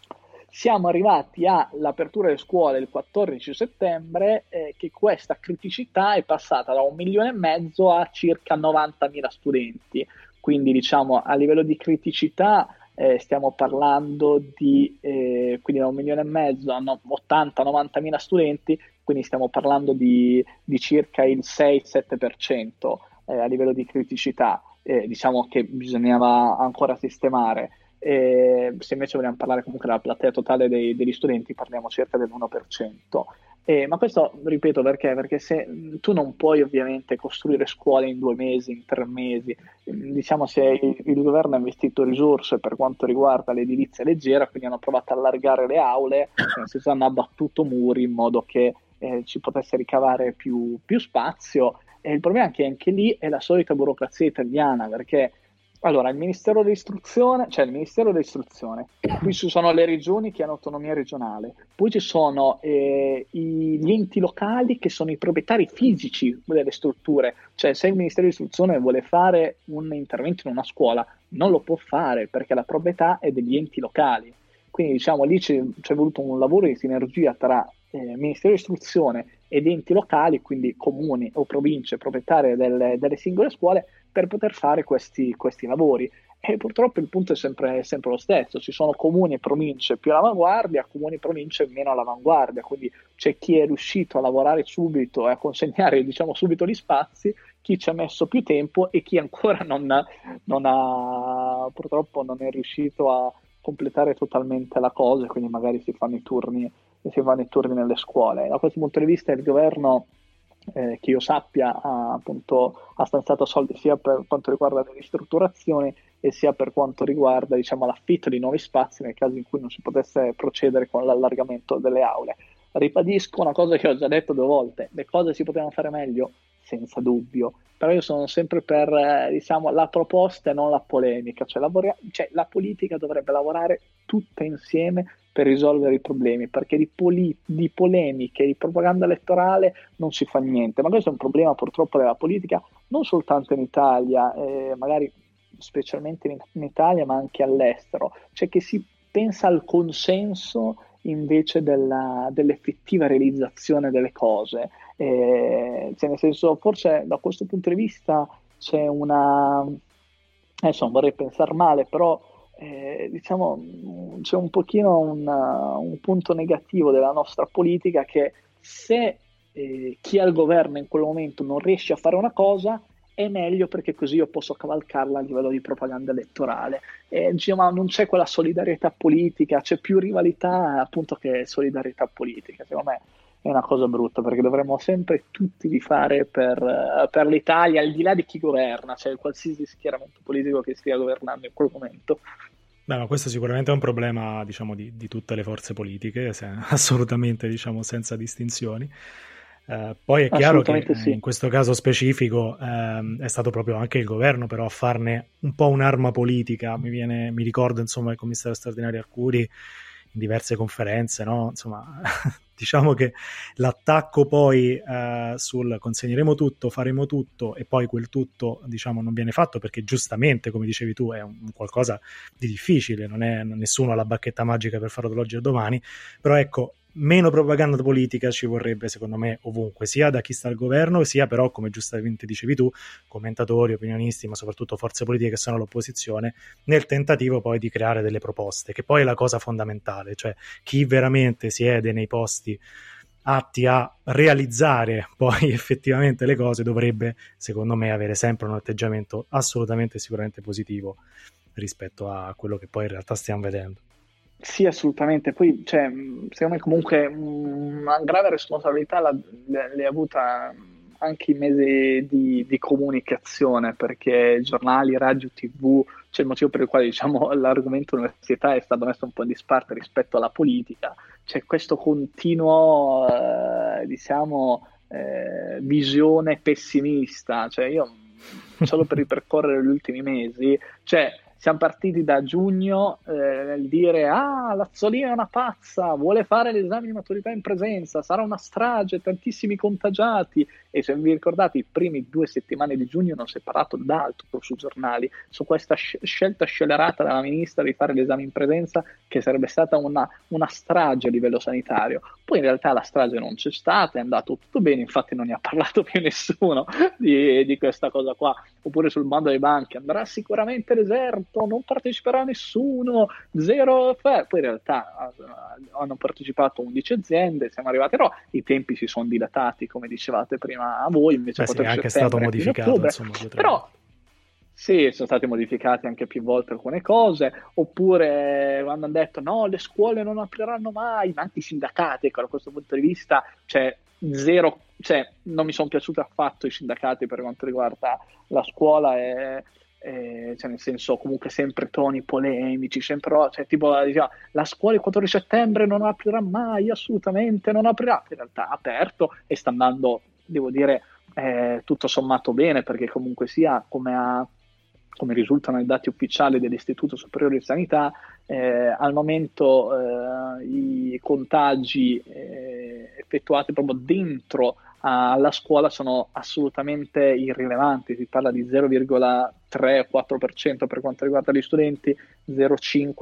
Siamo arrivati all'apertura delle scuole il quattordici settembre, eh, che questa criticità è passata da un milione e mezzo a circa novantamila studenti. Quindi diciamo a livello di criticità eh, stiamo parlando di eh, quindi da un milione e mezzo a no, ottanta novantamila studenti, quindi stiamo parlando di, di circa il sei sette per cento eh, a livello di criticità, eh, diciamo che bisognava ancora sistemare. Eh, se invece vogliamo parlare comunque della platea totale dei, degli studenti, parliamo circa dell'uno per cento. Eh, ma questo, ripeto, perché? Perché se tu non puoi ovviamente costruire scuole in due mesi, in tre mesi, diciamo se il, il governo ha investito risorse per quanto riguarda l'edilizia leggera, quindi hanno provato a allargare le aule, nel senso hanno abbattuto muri in modo che eh, ci potesse ricavare più, più spazio, e il problema è che anche lì è la solita burocrazia italiana, perché allora, il Ministero dell'Istruzione, cioè il Ministero dell'Istruzione, qui ci sono le regioni che hanno autonomia regionale, poi ci sono eh, i, gli enti locali che sono i proprietari fisici delle strutture, cioè se il Ministero dell'Istruzione vuole fare un intervento in una scuola non lo può fare perché la proprietà è degli enti locali, quindi diciamo lì c'è, c'è voluto un lavoro di sinergia tra eh, Ministero dell'Istruzione ed enti locali, quindi comuni o province proprietarie delle, delle singole scuole, per poter fare questi, questi lavori. E purtroppo il punto è sempre, è sempre lo stesso, ci sono comuni e province più all'avanguardia, comuni e province meno all'avanguardia, quindi c'è chi è riuscito a lavorare subito e a consegnare, diciamo, subito gli spazi, chi ci ha messo più tempo e chi ancora non, non ha, purtroppo non è riuscito a completare totalmente la cosa, quindi magari si fanno i turni, si fanno i turni nelle scuole. Da questo punto di vista il governo, Eh, che io sappia, ha appunto ha stanziato soldi sia per quanto riguarda le ristrutturazioni e sia per quanto riguarda, diciamo, l'affitto di nuovi spazi nel caso in cui non si potesse procedere con l'allargamento delle aule. Ribadisco una cosa che ho già detto due volte: le cose si potevano fare meglio, senza dubbio, però io sono sempre per eh, diciamo la proposta e non la polemica, cioè, lavora- cioè la politica dovrebbe lavorare tutta insieme per risolvere i problemi, perché di, poli- di polemiche, di propaganda elettorale non si fa niente, ma questo è un problema purtroppo della politica non soltanto in Italia, eh, magari specialmente in, in Italia, ma anche all'estero, cioè che si pensa al consenso invece della, dell'effettiva realizzazione delle cose, eh, cioè nel senso, forse da questo punto di vista c'è una, adesso non vorrei pensare male, però eh, diciamo c'è un pochino un, un punto negativo della nostra politica, che se eh, chi è al governo in quel momento non riesce a fare una cosa è meglio, perché così io posso cavalcarla a livello di propaganda elettorale. E, diciamo, non c'è quella solidarietà politica, c'è più rivalità appunto che solidarietà politica. Secondo me è una cosa brutta, perché dovremmo sempre tutti di fare per, per l'Italia, al di là di chi governa, cioè qualsiasi schieramento politico che stia governando in quel momento. Beh, ma questo sicuramente è un problema, diciamo, di, di tutte le forze politiche, se, assolutamente, diciamo, senza distinzioni. Uh, poi è chiaro che sì. in questo caso specifico ehm, è stato proprio anche il governo però a farne un po' un'arma politica. Mi viene, mi ricordo insomma il commissario straordinario Arcuri in diverse conferenze, no? Insomma, diciamo che l'attacco poi eh, sul consegneremo tutto, faremo tutto, e poi quel tutto, diciamo, non viene fatto, perché giustamente, come dicevi tu, è un, un qualcosa di difficile, non è nessuno ha la bacchetta magica per farlo dall'oggi al domani, però ecco, meno propaganda politica ci vorrebbe secondo me ovunque, sia da chi sta al governo, sia però, come giustamente dicevi tu, commentatori, opinionisti, ma soprattutto forze politiche che sono all'opposizione, nel tentativo poi di creare delle proposte, che poi è la cosa fondamentale, cioè chi veramente siede nei posti atti a realizzare poi effettivamente le cose dovrebbe, secondo me, avere sempre un atteggiamento assolutamente sicuramente positivo rispetto a quello che poi in realtà stiamo vedendo. Sì, assolutamente. Poi, cioè, secondo me comunque una grave responsabilità l'ha avuta anche i mesi di, di comunicazione, perché giornali, radio, tivù, c'è il motivo per il quale, diciamo, l'argomento università è stato messo un po' in disparte rispetto alla politica. C'è questo continuo, eh, diciamo, eh, visione pessimista. Cioè, io, solo per ripercorrere gli ultimi mesi, cioè, siamo partiti da giugno eh, nel dire ah, Lazzolina è una pazza, vuole fare l'esame di maturità in presenza, sarà una strage, tantissimi contagiati, e se vi ricordate i primi due settimane di giugno non si è parlato d'altro sui giornali, su questa sc- scelta scellerata dalla ministra di fare l'esame in presenza, che sarebbe stata una, una strage a livello sanitario. Poi in realtà la strage non c'è stata, è andato tutto bene, infatti non ne ha parlato più nessuno di, di questa cosa qua. Oppure sul bando dei banchi, andrà sicuramente deserto, non parteciperà nessuno, zero. Poi in realtà hanno partecipato undici aziende, siamo arrivati, però i tempi si sono dilatati, come dicevate prima a voi, invece Beh, sì, è anche stato modificato, insomma, però sì, sono stati modificati anche più volte alcune cose. Oppure quando hanno detto no, le scuole non apriranno mai, ma anche i sindacati, ecco, da questo punto di vista, cioè zero, cioè non mi sono piaciuti affatto i sindacati per quanto riguarda la scuola, e, e cioè nel senso, comunque sempre toni polemici, sempre, cioè tipo diciamo, la scuola il quattordici settembre non aprirà mai, assolutamente non aprirà. In realtà ha aperto e sta andando, devo dire, eh, tutto sommato bene, perché comunque sia, come ha come risultano i dati ufficiali dell'Istituto Superiore di Sanità, eh, al momento eh, i contagi eh, effettuati proprio dentro alla scuola sono assolutamente irrilevanti. Si parla di zero virgola tre quattro per cento per quanto riguarda gli studenti, zero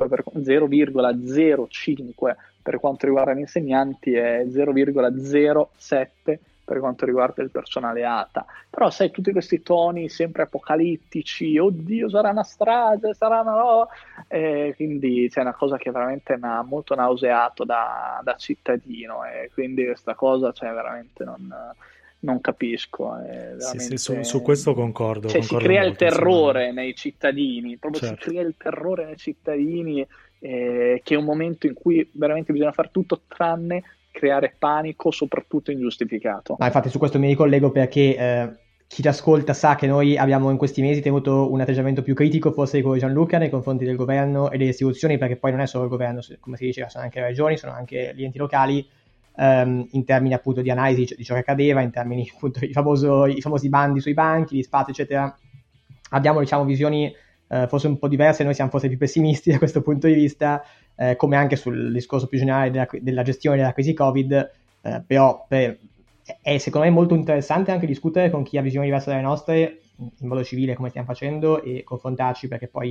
virgola zero cinque per quanto riguarda gli insegnanti e zero virgola zero sette per quanto riguarda il personale A T A. Però sai, tutti questi toni sempre apocalittici, oddio sarà una strage, sarà una no, eh, quindi c'è una cosa che veramente mi ha molto nauseato da, da cittadino, e quindi questa cosa, cioè, veramente non, non capisco. È sì, sì, su, su questo concordo. Cioè, concordo si crea molto, il terrore insomma, nei cittadini, proprio certo. si crea il terrore nei cittadini, eh, che è un momento in cui veramente bisogna fare tutto tranne creare panico, soprattutto ingiustificato. Ma infatti su questo mi ricollego perché eh, chi ci ascolta sa che noi abbiamo in questi mesi tenuto un atteggiamento più critico forse con Gianluca nei confronti del governo e delle istituzioni, perché poi non è solo il governo, come si diceva, sono anche le regioni, sono anche gli enti locali, ehm, in termini appunto di analisi di ciò che accadeva, in termini appunto di famoso, i famosi bandi sui banchi, gli spazi eccetera. Abbiamo, diciamo, visioni eh, forse un po' diverse, noi siamo forse più pessimisti da questo punto di vista, eh, come anche sul discorso più generale della, della gestione della crisi Covid, eh, però per, è secondo me molto interessante anche discutere con chi ha visioni diverse dalle nostre, in modo civile come stiamo facendo, e confrontarci, perché poi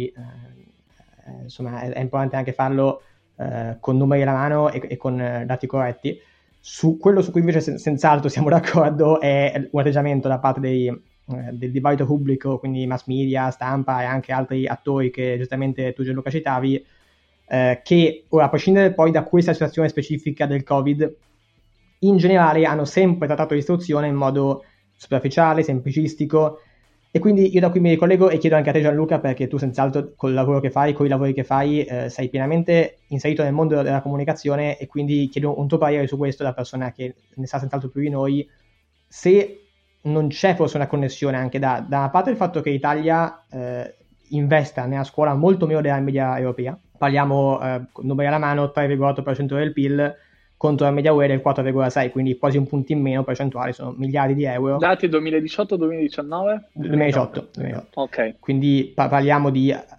eh, insomma è, è importante anche farlo eh, con numeri alla mano e, e con eh, dati corretti. Su quello su cui invece sen- senz'altro siamo d'accordo è un atteggiamento da parte dei, eh, del dibattito pubblico, quindi mass media, stampa e anche altri attori che giustamente tu Gianluca citavi, eh, che ora, a prescindere poi da questa situazione specifica del Covid, in generale hanno sempre trattato l'istruzione in modo superficiale, semplicistico, e quindi io da qui mi ricollego e chiedo anche a te Gianluca, perché tu senz'altro col lavoro che fai, con i lavori che fai, eh, sei pienamente inserito nel mondo della comunicazione, e quindi chiedo un tuo parere su questo da persona che ne sa senz'altro più di noi, se non c'è forse una connessione anche da, da una parte il fatto che l'Italia eh, investa nella scuola molto meno della media europea, parliamo eh, con numeri alla mano, tre virgola otto per cento del P I L contro la media U E del quattro virgola sei, quindi quasi un punto in meno percentuale, sono miliardi di euro. Dati duemiladiciotto duemiladiciannove? duemiladiciotto, duemiladiciotto. Ok. Quindi pa- parliamo di uh,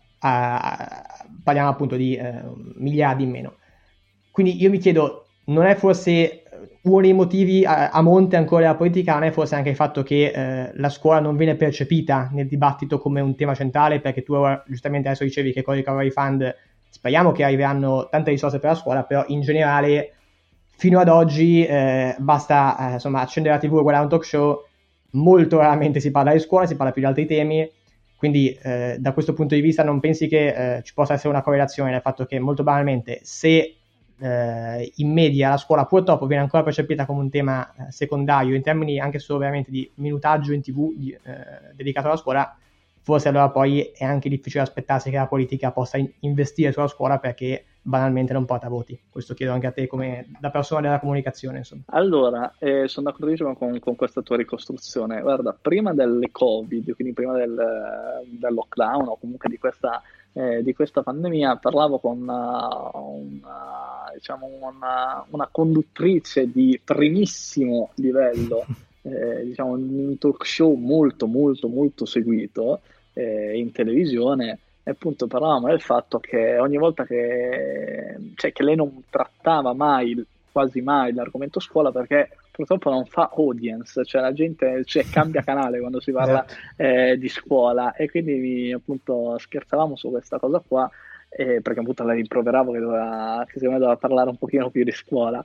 parliamo appunto di uh, miliardi in meno. Quindi io mi chiedo, non è forse uno dei motivi a, a monte ancora della politica, non è forse anche il fatto che eh, la scuola non viene percepita nel dibattito come un tema centrale, perché tu giustamente adesso dicevi che con i Recovery Fund speriamo che arriveranno tante risorse per la scuola, però in generale fino ad oggi eh, basta eh, insomma accendere la tivù e guardare un talk show, molto raramente si parla di scuola, si parla più di altri temi, quindi eh, da questo punto di vista non pensi che eh, ci possa essere una correlazione nel fatto che molto banalmente se eh, in media la scuola purtroppo viene ancora percepita come un tema eh, secondario in termini anche solo veramente di minutaggio in tivù di, eh, dedicato alla scuola, forse allora poi è anche difficile aspettarsi che la politica possa in- investire sulla scuola, perché banalmente non porta voti. Questo chiedo anche a te come da persona della comunicazione, insomma. Allora, eh, sono d'accordissimo con, con questa tua ricostruzione. Guarda, prima del Covid, quindi prima del, del lockdown o comunque di questa, eh, di questa pandemia, parlavo con una, una, diciamo una, una conduttrice di primissimo livello, eh, diciamo un talk show molto, molto, molto seguito eh, in televisione. E appunto parlavamo del fatto che ogni volta che, cioè, che lei non trattava mai, quasi mai, l'argomento scuola perché purtroppo non fa audience, cioè la gente cioè, cambia canale quando si parla Esatto. eh, di scuola e quindi appunto scherzavamo su questa cosa qua eh, perché appunto la rimproveravo che, doveva, che secondo me doveva parlare un pochino più di scuola.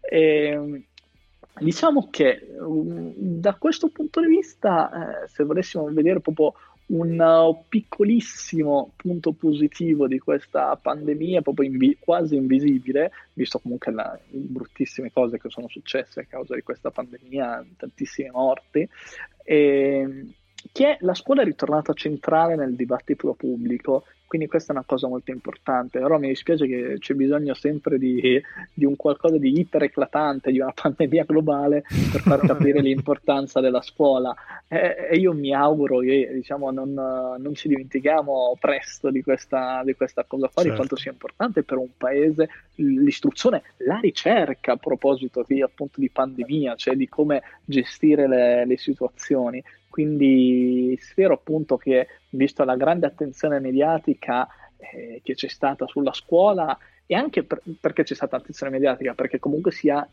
E, diciamo che um, da questo punto di vista, eh, se volessimo vedere proprio un uh, piccolissimo punto positivo di questa pandemia, proprio invi- quasi invisibile, visto comunque la- le bruttissime cose che sono successe a causa di questa pandemia, tantissime morti, e, che è la scuola è ritornata centrale nel dibattito pubblico, quindi questa è una cosa molto importante, però mi dispiace che c'è bisogno sempre di, di un qualcosa di iper eclatante, di una pandemia globale per far capire l'importanza della scuola. E, e io mi auguro che diciamo, non, non ci dimentichiamo presto di questa, di questa cosa qua, Certo. di quanto sia importante per un paese l'istruzione, la ricerca a proposito di, appunto, di pandemia, cioè di come gestire le, le situazioni. Quindi spero appunto che, visto la grande attenzione mediatica eh, che c'è stata sulla scuola, e anche per, perché c'è stata attenzione mediatica, perché comunque sia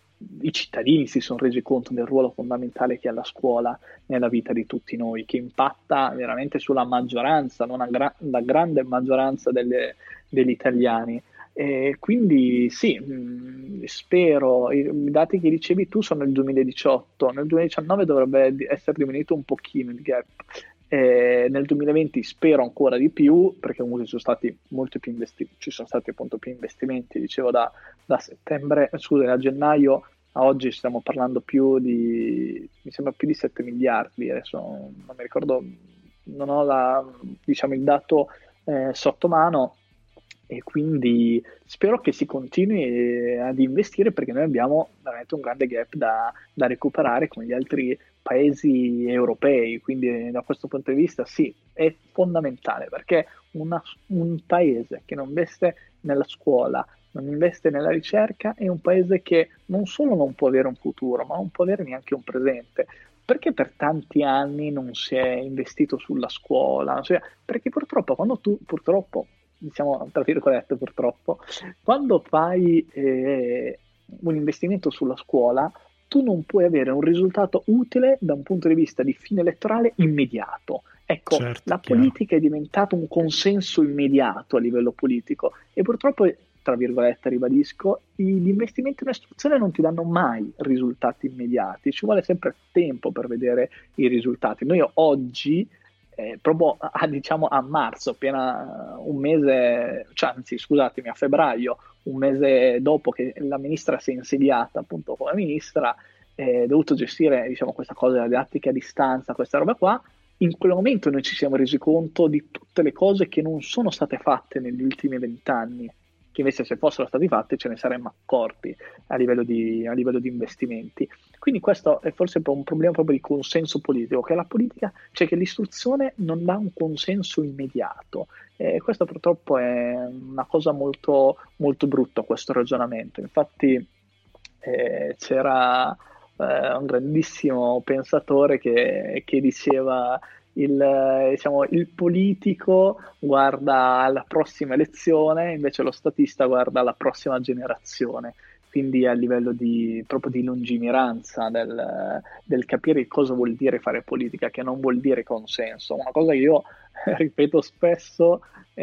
i cittadini si sono resi conto del ruolo fondamentale che ha la scuola nella vita di tutti noi, che impatta veramente sulla maggioranza, non gra- la grande maggioranza delle, degli italiani. E quindi sì, mh, spero, i, i dati che ricevi tu sono del duemiladiciotto, nel duemiladiciannove dovrebbe di- essere diminuito un pochino il gap. Eh, nel duemilaventi spero ancora di più, perché comunque ci sono stati molti più investi- ci sono stati appunto più investimenti, dicevo da, da settembre, scusa, da gennaio a oggi stiamo parlando più di, mi sembra più di sette miliardi, adesso non mi ricordo, non ho la, diciamo, il dato eh, sotto mano, e quindi spero che si continui eh, ad investire perché noi abbiamo veramente un grande gap da, da recuperare con gli altri paesi europei, quindi da questo punto di vista sì, è fondamentale perché una- un paese che non investe nella scuola, non investe nella ricerca, è un paese che non solo non può avere un futuro, ma non può avere neanche un presente. Perché per tanti anni non si è investito sulla scuola? Cioè, perché purtroppo quando tu, purtroppo, diciamo tra virgolette purtroppo, quando fai eh, un investimento sulla scuola, tu non puoi avere un risultato utile da un punto di vista di fine elettorale immediato. Ecco, Certo, la chiaro. politica è diventata un consenso immediato a livello politico e purtroppo, tra virgolette, ribadisco, gli investimenti in istruzione non ti danno mai risultati immediati, ci vuole sempre tempo per vedere i risultati. Noi oggi, eh, proprio a, diciamo, a marzo, appena un mese, cioè, anzi scusatemi, a febbraio, un mese dopo che la ministra si è insediata appunto come ministra, eh, dovuto gestire diciamo, questa cosa della didattica a distanza, questa roba qua, in quel momento noi ci siamo resi conto di tutte le cose che non sono state fatte negli ultimi vent'anni, che invece se fossero state fatte ce ne saremmo accorti a livello di, a livello di investimenti. Quindi questo è forse un problema proprio di consenso politico, che la politica, cioè che l'istruzione non dà un consenso immediato. E questo purtroppo è una cosa molto, molto brutta, questo ragionamento. Infatti eh, c'era eh, un grandissimo pensatore che, che diceva il, eh, diciamo, il politico guarda alla prossima elezione, invece lo statista guarda alla prossima generazione. Quindi a livello di, proprio di lungimiranza del, del capire cosa vuol dire fare politica, che non vuol dire consenso. Una cosa che io ripeto spesso,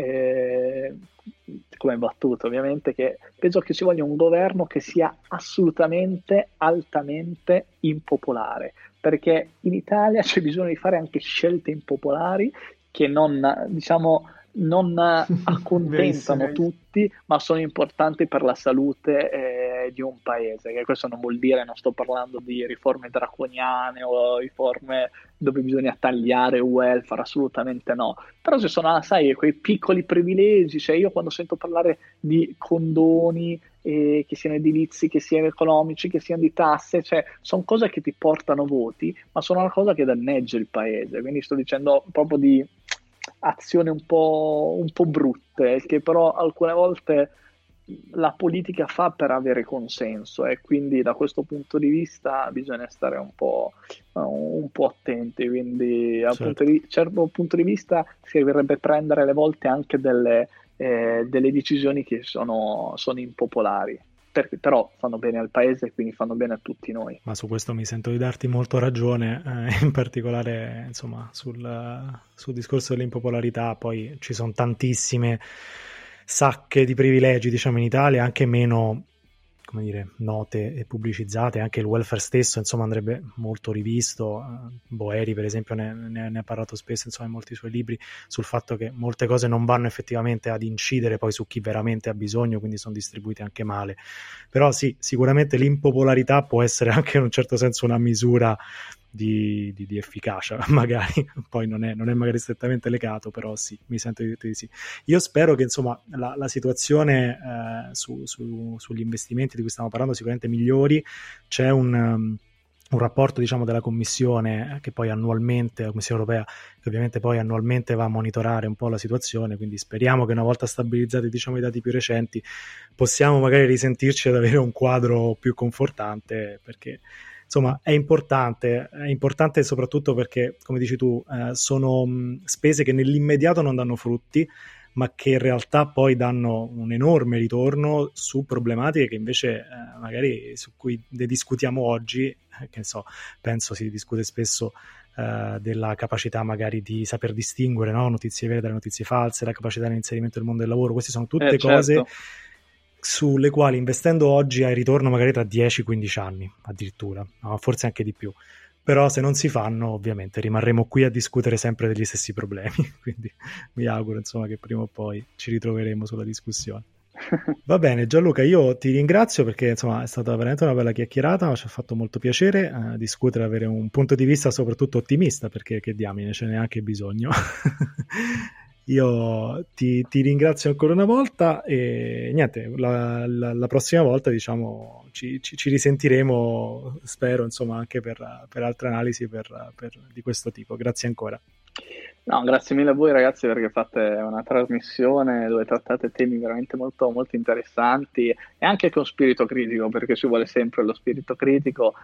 eh, come battuta ovviamente, che penso che ci voglia un governo che sia assolutamente, altamente impopolare, perché in Italia c'è bisogno di fare anche scelte impopolari che non, diciamo, non accontentano Verissimo. tutti, ma sono importanti per la salute eh, eh, di un paese, che questo non vuol dire, non sto parlando di riforme draconiane o riforme dove bisogna tagliare welfare, assolutamente no, però ci sono, sai, quei piccoli privilegi, cioè io quando sento parlare di condoni, eh, che siano edilizi, che siano economici, che siano di tasse, cioè sono cose che ti portano voti, ma sono una cosa che danneggia il paese, quindi sto dicendo proprio di azioni un po', un po' brutte, che però alcune volte la politica fa per avere consenso, e quindi da questo punto di vista bisogna stare un po', un po' attenti, quindi dal certo. punto di, certo punto di vista si dovrebbe prendere alle volte anche delle, eh, delle decisioni che sono, sono impopolari, perché però fanno bene al paese e quindi fanno bene a tutti noi. Ma su questo mi sento di darti molto ragione, eh, in particolare insomma sul, sul discorso dell'impopolarità. Poi ci sono tantissime sacche di privilegi, diciamo, in Italia, anche meno, come dire, note e pubblicizzate. Anche il welfare stesso, insomma, andrebbe molto rivisto. Boeri, per esempio, ne, ne, ne ha parlato spesso, insomma, in molti suoi libri, sul fatto che molte cose non vanno effettivamente ad incidere poi su chi veramente ha bisogno, quindi sono distribuite anche male. Però sì, sicuramente l'impopolarità può essere anche in un certo senso una misura Di, di, di efficacia, magari poi non è, non è magari strettamente legato, però sì, mi sento di dirti di sì. Io spero che insomma la, la situazione eh, su, su, sugli investimenti di cui stiamo parlando sicuramente migliori. C'è un, um, un rapporto, diciamo, della Commissione, che poi annualmente, la Commissione Europea, che ovviamente poi annualmente va a monitorare un po' la situazione, quindi speriamo che una volta stabilizzati, diciamo, i dati più recenti possiamo magari risentirci ad avere un quadro più confortante, perché insomma è importante, è importante soprattutto perché, come dici tu, eh, sono mh, spese che nell'immediato non danno frutti, ma che in realtà poi danno un enorme ritorno su problematiche che invece eh, magari su cui ne discutiamo oggi, eh, che ne so, penso si discute spesso eh, della capacità magari di saper distinguere, no? Notizie vere dalle notizie false, la capacità di inserimento del mondo del lavoro. Queste sono tutte eh, cose certo. sulle quali investendo oggi hai ritorno magari tra dieci quindici anni addirittura, no? Forse anche di più. Però se non si fanno, ovviamente rimarremo qui a discutere sempre degli stessi problemi, quindi mi auguro insomma che prima o poi ci ritroveremo sulla discussione. Va bene Gianluca, io ti ringrazio perché insomma è stata veramente una bella chiacchierata, ci ha fatto molto piacere eh, discutere, avere un punto di vista soprattutto ottimista, perché che diamine, ce n'è anche bisogno. Io ti, ti ringrazio ancora una volta e niente, la, la, la prossima volta diciamo ci, ci, ci risentiremo, spero insomma anche per, per altre analisi per, per, di questo tipo. Grazie ancora. No, grazie mille a voi ragazzi, perché fate una trasmissione dove trattate temi veramente molto, molto interessanti, e anche con spirito critico, perché ci vuole sempre lo spirito critico,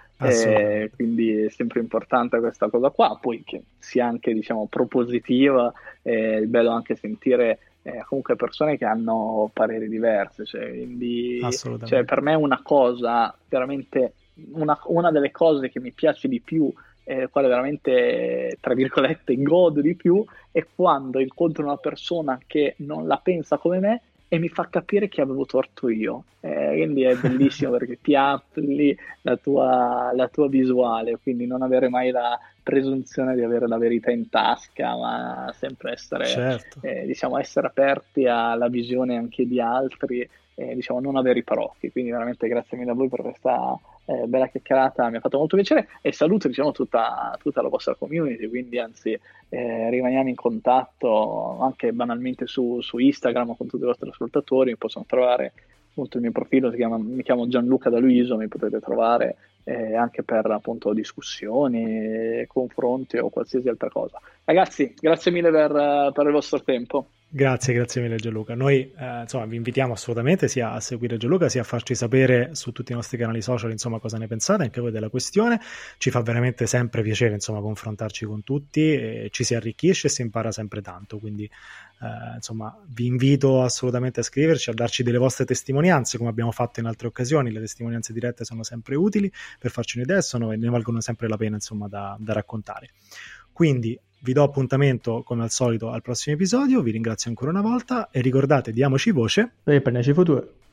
e quindi è sempre importante questa cosa qua, poi che sia anche, diciamo, propositiva, è bello anche sentire eh, comunque persone che hanno pareri diversi, cioè, quindi cioè, per me è una cosa veramente, una, una delle cose che mi piace di più, eh, quale veramente, tra virgolette, godo di più, è quando incontro una persona che non la pensa come me e mi fa capire che avevo torto io, eh, quindi è bellissimo perché ti apri la tua, la tua visuale, quindi non avere mai la presunzione di avere la verità in tasca, ma sempre essere, certo. eh, diciamo, essere aperti alla visione anche di altri, eh, diciamo, non avere i parocchi. Quindi veramente grazie mille a voi per questa eh, bella chiacchierata, mi ha fatto molto piacere, e saluto, diciamo, tutta, tutta la vostra community, quindi anzi eh, rimaniamo in contatto anche banalmente su, su Instagram con tutti i vostri ascoltatori. Mi possono trovare, appunto, il mio profilo si chiama, mi chiamo Gianluca Da Luiso, mi potete trovare eh, anche per appunto discussioni, confronti o qualsiasi altra cosa. Ragazzi, grazie mille per, per il vostro tempo. Grazie, grazie mille Gianluca. Noi eh, insomma vi invitiamo assolutamente sia a seguire Gianluca, sia a farci sapere su tutti i nostri canali social insomma cosa ne pensate anche voi della questione. Ci fa veramente sempre piacere insomma confrontarci con tutti, e ci si arricchisce e si impara sempre tanto, quindi eh, insomma vi invito assolutamente a scriverci, a darci delle vostre testimonianze come abbiamo fatto in altre occasioni. Le testimonianze dirette sono sempre utili per farci un'idea, sono, ne valgono sempre la pena insomma da, da raccontare. Quindi vi do appuntamento come al solito al prossimo episodio, vi ringrazio ancora una volta e ricordate, diamoci voce per il P N C futuro.